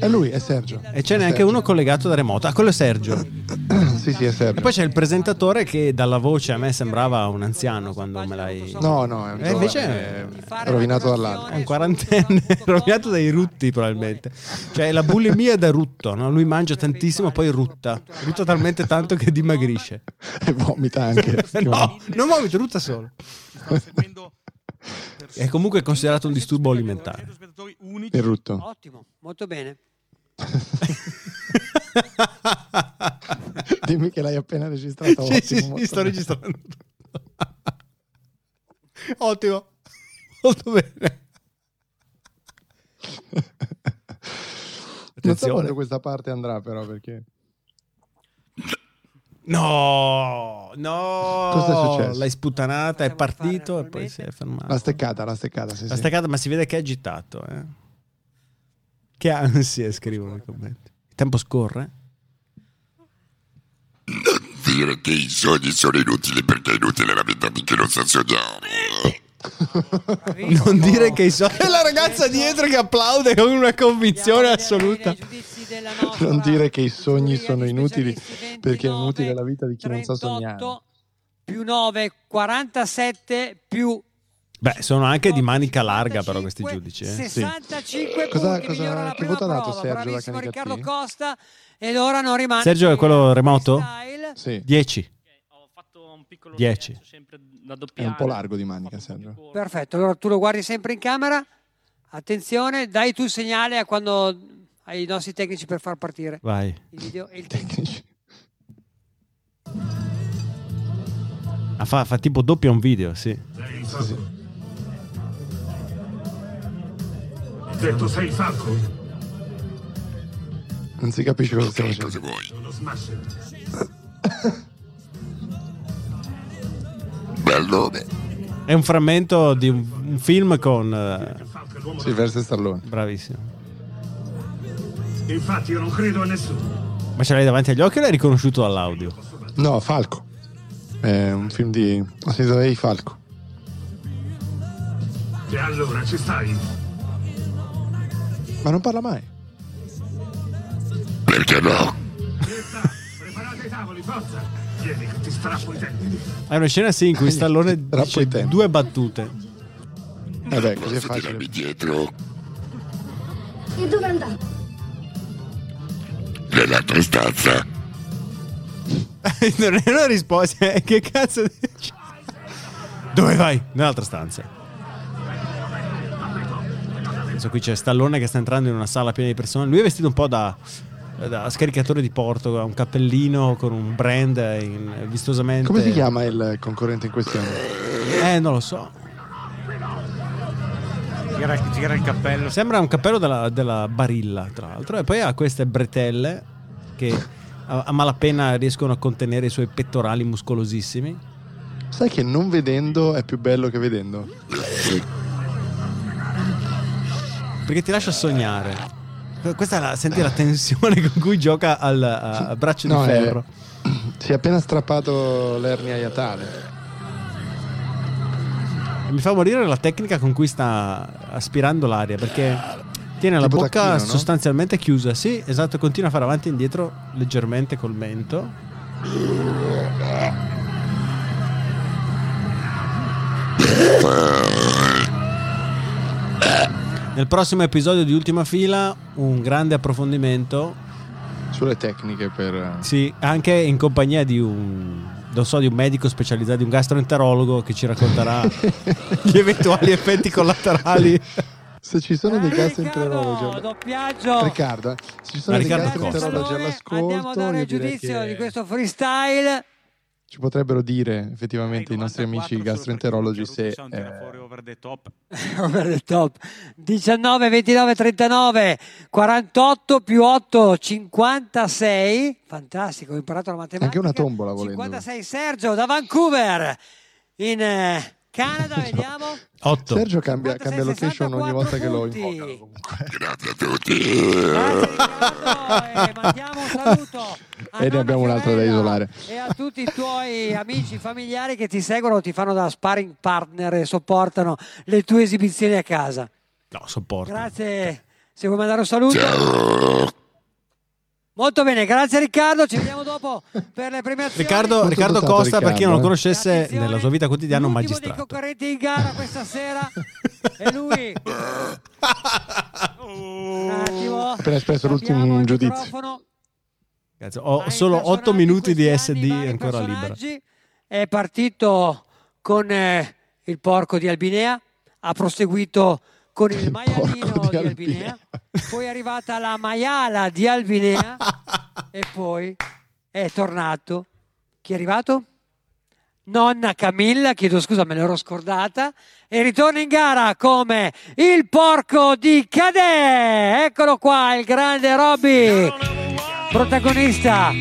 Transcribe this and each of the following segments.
È lui, è Sergio. E ce n'è anche uno collegato da remoto. Ah, quello è Sergio. Sì, è Sergio. E poi c'è il presentatore che dalla voce a me sembrava un anziano quando me l'hai... No, è un giovane, invece è rovinato dall'altro. È un quarantenne, rovinato dai rutti probabilmente. Cioè la bulimia da rutto, no? Lui mangia tantissimo, poi rutta talmente tanto che dimagrisce. E vomita anche. No, non vomita, rutta solo. È comunque considerato un disturbo alimentare. Il rutto. Ottimo, molto bene. Dimmi che l'hai appena registrato. Sì, sto registrando. Ottimo, molto bene. Non so quando questa parte andrà, però, perché No, cosa è successo? l'hai sputtanata, è partito e poi si è fermato. La steccata, sì. La steccata, ma si vede che è agitato, eh. Che ansia, scrivono i commenti. Il tempo scorre. Non dire che i sogni sono inutili, perché è inutile la vita di chi non sa sognare. Non dire che i sogni... È la ragazza dietro che applaude con una convinzione assoluta. Non dire che i sogni sono inutili, perché è inutile la vita di chi non sa sognare. Più 9, 47 più... Beh, sono anche di manica larga però questi giudici. 65 Cosa, che voto ha dato Sergio da Canicati? Riccardo Costa, ed ora non rimane... Sergio è quello remoto? Sì. 10. Ho fatto un piccolo 10. sempre da È doppiare. un po' largo di manica, Sergio. Perfetto, allora tu lo guardi sempre in camera. Attenzione, dai tu il segnale a quando ai nostri tecnici per far partire Vai. il video e il Tecnici. Fa tipo doppia un video, sì. Sì. Detto sei il falco? Non si capisce cosa stiamo Cosa facendo. vuoi? Uno smash. Bel nome. È un frammento di un film con... Il falco è l'uomo. Silvestre Stallone. Bravissimo. Infatti io non credo a nessuno. Ma ce l'hai davanti agli occhi o l'hai riconosciuto dall'audio? No, Falco. È un film di... Ho sentito Ehi Falco. E allora ci stai? Ma non parla mai. Perché no? Preparate i tavoli, forza! Vieni che ti strappo i denti. È una scena sì in cui Stallone Troppo dice tempo. 2 battute. Vabbè, così è Basta facile. tirarmi dietro. E dove andate? Nell'altra stanza. Non è una risposta, che cazzo dici? Dove vai? Nell'altra stanza. Adesso qui c'è Stallone che sta entrando in una sala piena di persone. Lui è vestito un po' da scaricatore di porto, ha un cappellino con un brand vistosamente. Come si chiama il concorrente in questione? Non lo so. Gira il cappello. Sembra un cappello della Barilla, tra l'altro. E poi ha queste bretelle che a malapena riescono a contenere i suoi pettorali muscolosissimi. Sai che non vedendo è più bello che vedendo? Perché ti lascia sognare. Questa è senti la tensione con cui gioca al braccio di ferro. Si è appena strappato l'ernia iatale. Mi fa morire la tecnica con cui sta aspirando l'aria, perché tiene la Tipo bocca tacchino, no? sostanzialmente chiusa. Sì, esatto, continua a fare avanti e indietro leggermente col mento. Nel prossimo episodio di Ultima Fila un grande approfondimento Sulle tecniche per... sì, anche in compagnia di un medico specializzato, di un gastroenterologo che ci racconterà gli eventuali effetti collaterali. Se ci sono dei gastroenterologi, doppiaggio. Riccardo, se ci sono dei Riccardo gastroenterologi all'ascolto, andiamo a dare io il direi giudizio che di questo freestyle. ci potrebbero dire effettivamente i nostri amici gastroenterologi se Over the top. Over the top. 19, 29, 39, 48 più 8, 56. Fantastico, ho imparato la matematica. anche una tombola volendo. 56 Sergio da Vancouver in Canada, vediamo. 8. Sergio cambia 56, location ogni volta che lo 64 invoca. punti. Grazie a tutti. Grazie Riccardo, e mandiamo un saluto a E ne nonna abbiamo un'altra da Fiorella isolare. e a tutti i tuoi amici familiari che ti seguono, ti fanno da sparring partner e sopportano le tue esibizioni a casa. No, sopporto. Grazie Se vuoi mandare un saluto. Ciao. Molto bene, grazie Riccardo, ci vediamo dopo per le premiazioni. Riccardo dotato Costa, per chi non lo Riccardo, conoscesse, Attenzione, nella sua vita quotidiana un l'ultimo dei magistrato. concorrenti in gara questa sera è lui. Un attimo. Appena espresso Cambiamo l'ultimo il giudizio. microfono. Cazzo, ho Ai solo 8 personaggi minuti di questi SD anni, vari ancora libera. personaggi. È partito con il porco di Albinea, ha proseguito con il maialino porco di di Albinea, poi è arrivata la maiala di Albinea e poi è tornato. Chi è arrivato? Nonna Camilla, chiedo scusa, me l'ero scordata, e ritorna in gara come il porco di Cadè. Eccolo qua, il grande Robby, protagonista.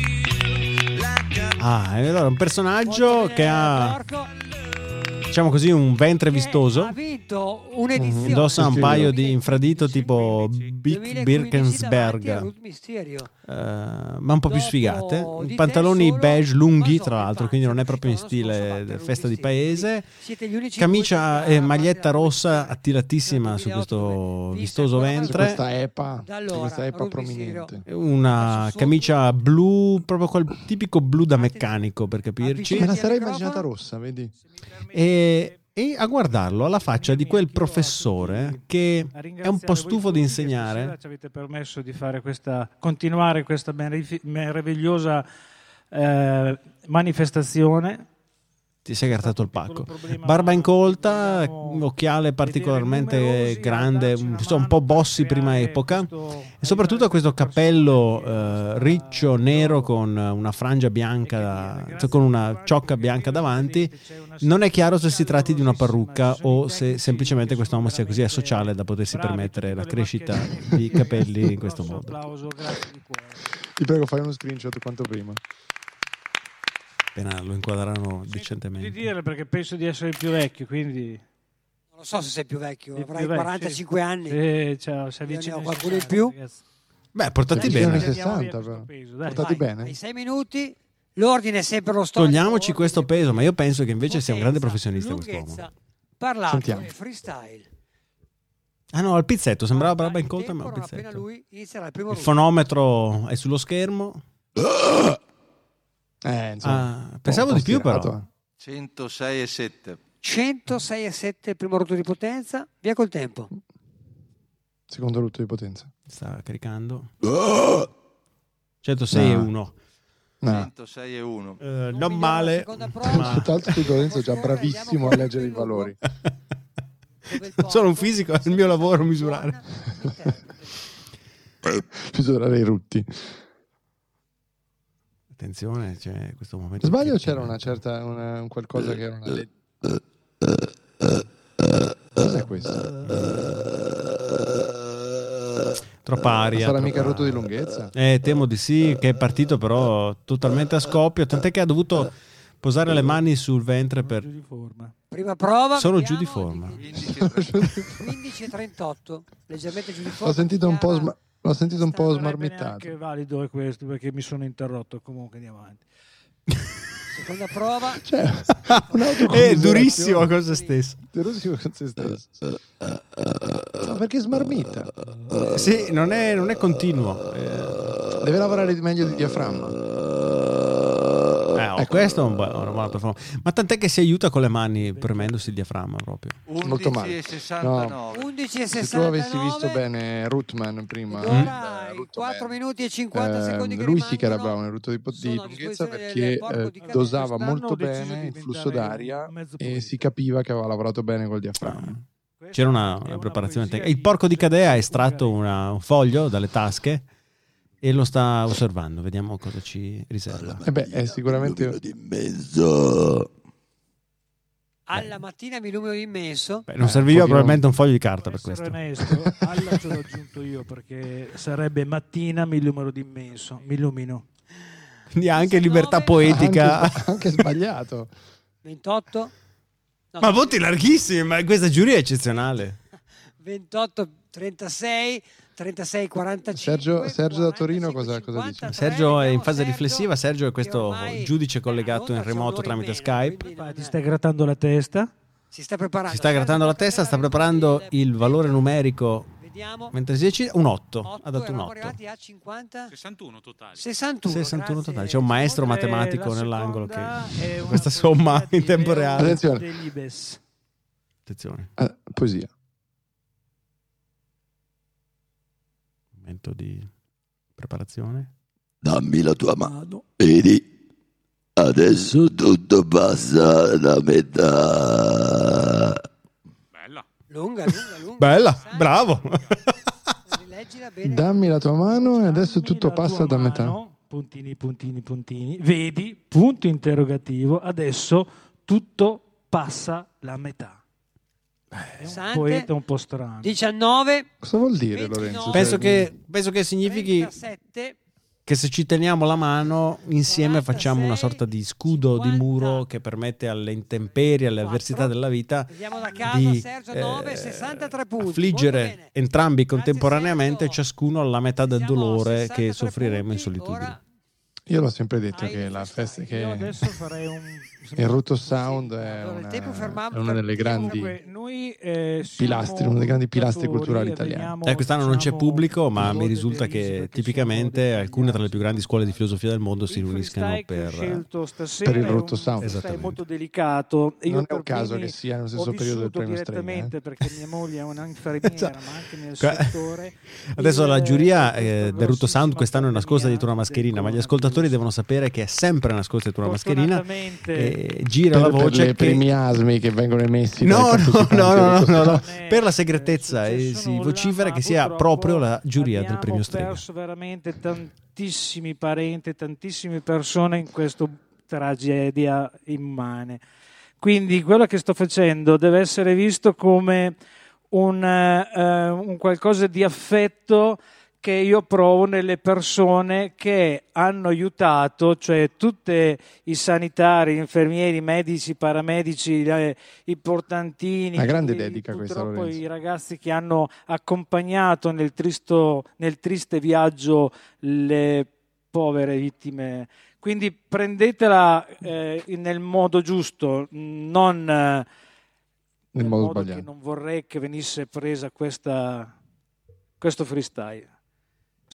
Ah, e allora un personaggio che ha, diciamo così, un ventre vistoso. Ha vinto un'edizione. Indossa un Sì, paio sì. di infradito tipo Big 2015 davanti a Birkensberg, Ruth Mysterio. ma un po' più Dopo sfigate. di te Pantaloni solo beige lunghi, Masone, tra l'altro, Panza, quindi non è proprio in l'anno scorso stile batte Ruth festa di Mysterio. paese. Siete gli unici Camicia due e che maglietta hanno rossa fatto attiratissima su nel questo 2008, vistoso vista Su ventre. questa EPA, Da allora, questa EPA Ruth Mysterio. prominente. Una camicia blu, proprio quel tipico blu da meccanico, per capirci. Me la sarei microfono. immaginata rossa, vedi? E a guardarlo alla faccia di quel professore che è un po' stufo di insegnare. Ci avete permesso di fare continuare questa meravigliosa manifestazione. Ti sei grattato il pacco. Barba incolta, occhiale particolarmente grande, un po' bossi prima epoca, e soprattutto questo cappello riccio nero con una frangia bianca, cioè con una ciocca bianca davanti. Non è chiaro se si tratti di una parrucca o se semplicemente quest'uomo sia così asociale da potersi permettere la crescita di capelli in questo modo. Ti prego, fai uno screenshot quanto prima. Appena lo inquadreranno Di decentemente. dire, perché penso di essere più vecchio, quindi Non lo so se sei più vecchio, più avrai vecchio, 45 anni. Cioè, sei Io vicino ne ho ai qualcuno in 60, più? ragazzi. Beh, portati Vicino ai bene. 60 però. Portati Vai, bene? hai 6 minuti, l'ordine è sempre lo stesso. Togliamoci questo peso, ma io penso che invece sia un grande professionista quest'uomo. Parlato Sentiamo. e freestyle. Ah no, al pizzetto, sembrava barba Il incolta, ma al tempo non appena pizzetto. lui inizierà il primo Il round. fonometro è sullo schermo. Insomma, Pensavo un po' di più, però. stirato, 106,7. 106,7 il primo rotto di potenza. Via col tempo. Secondo rutto di potenza. Sta caricando. 106,1. No. 106,1. Non male. Seconda prova. Tutt'altro che Lorenzo è già bravissimo a leggere i valori. Sono un fisico, è il mio lavoro misurare. Misurare i rutti. Attenzione, c'è questo momento. Sbaglio, che- c'era una certa un qualcosa che era una cos'è questo? Troppa aria. Sarà troppa- mica rotto di lunghezza? Temo di sì, che è partito però totalmente a scoppio, tant'è che ha dovuto posare le mani sul ventre per... Giù di forma. Prima prova. Sono vediamo giù di forma. 15,38. Leggermente giù di forma. L'ho sentito un po', Chiara. l'ho sentito un po' Sarebbe smarmittato. neanche valido è questo, perché mi sono interrotto. Comunque andiamo avanti. Seconda prova. Cioè, È un'autocommiserazione. durissimo con se stesso. Durissimo con se stesso. Ma perché smarmita? Sì, non è continuo. Deve lavorare di meglio di diaframma. Questo è una buona performance. Ma tant'è che si aiuta con le mani premendosi il diaframma proprio. Molto male. 11,69. 11,69. Se tu avessi visto bene Rootman prima, Ed ora i Rootman, 4 minuti e 50 secondi che lui sì che era rimangono. bravo nel rutto di sono a lunghezza disposizione perché del porco di Cadè. dosava Quest'anno molto ho deciso bene di il flusso diventare d'aria un mezzo e pulito. si capiva che aveva lavorato bene col diaframma. C'era una preparazione tecnica. Il porco di Cadè ha estratto un foglio dalle tasche e lo sta osservando. Vediamo cosa ci riserva. E beh, è sicuramente Di mezzo. Alla mattina mi illumino immenso. Beh, non serviva un pochino- probabilmente un foglio di carta per Per essere questo. onesto, alla ce l'ho aggiunto io, perché sarebbe mattina mi illumino d'immenso. Mi illumino. Quindi anche libertà poetica. anche sbagliato. 28. No, Ma voti larghissimi, ma questa giuria è eccezionale. 28, 36, 36, 45. Sergio da Torino cosa dice? Sergio è in fase riflessiva. Sergio è questo giudice collegato in remoto tramite Skype. Ti stai grattando la testa? Si sta preparando. Si sta grattando la testa, sta preparando il valore numerico Vediamo. Mentre si decide, un 8. 8, Ha dato un eravamo 8. arrivati a 50. 61 totali. 61. 61 grazie. totali. C'è un maestro matematico La nell'angolo seconda che è una questa somma poesia in di tempo Leo reale. Attenzione. Delibes. Attenzione. Poesia. Momento di preparazione. Dammi la tua mano. Vedi? Adesso tutto passa alla metà. Bella. Lunga. Bella, bravo. Rileggila bene. Dammi la tua mano e adesso Dammi tutto la passa tua da metà. mano, puntini. Vedi, punto interrogativo, adesso tutto passa la metà. È un Sante. poeta un po' strano. 19. Cosa vuol dire 29. Lorenzo? Penso che significhi 37. che se ci teniamo la mano insieme facciamo una sorta di scudo, di 50. muro che permette alle intemperie, alle avversità della vita Vediamo da casa, di Sergio 9, 63 punti. Molto affliggere bene. entrambi Grazie, contemporaneamente, Sergio. ciascuno alla metà del Siamo a dolore 63 che soffriremo in punti. solitudine. Ora Io l'ho sempre detto Hai che il la festa, freestyle. Io che adesso farei il Rutto Sound è Allora, il tempo fermato una delle per- grandi Comunque, noi pilastri, uno dei grandi pilastri culturali italiani. Quest'anno non c'è pubblico, ma mi risulta che tipicamente tipicamente alcune tra le più grandi scuole di filosofia del mondo si il riuniscano freestyle che ho per... scelto stasera per il è Rutto un Sound. freestyle Esattamente. molto delicato. Io Non è per un caso primi che sia nello stesso ho periodo del vissuto premio Strega. direttamente perché mia moglie è un'infermiera, Esatto. ma anche nel Qua- settore. Adesso la giuria questa del Rutto Sound grossissima quest'anno è nascosta dietro una pandemia mascherina, ma gli del ascoltatori coronavirus. devono sapere che è sempre nascosta dietro una mascherina Fortunatamente e gira la voce per i che... miasmi che vengono emessi No, dai partecipanti al Rutto Sound. no. non è Per la segretezza successo si nulla, vocifera ma che sia purtroppo proprio la giuria del premio Strega. Abbiamo perso veramente tantissimi parenti, tantissime persone in questa tragedia immane. Quindi quello che sto facendo deve essere visto come un qualcosa di affetto che io provo nelle persone che hanno aiutato, cioè tutti i sanitari, gli infermieri, i medici, i paramedici, i portantini, Una grande dedica questa, purtroppo Lorenzo. i ragazzi che hanno accompagnato nel triste viaggio le povere vittime. Quindi prendetela nel modo giusto, non nel modo modo sbagliato. che non vorrei che venisse presa questo freestyle.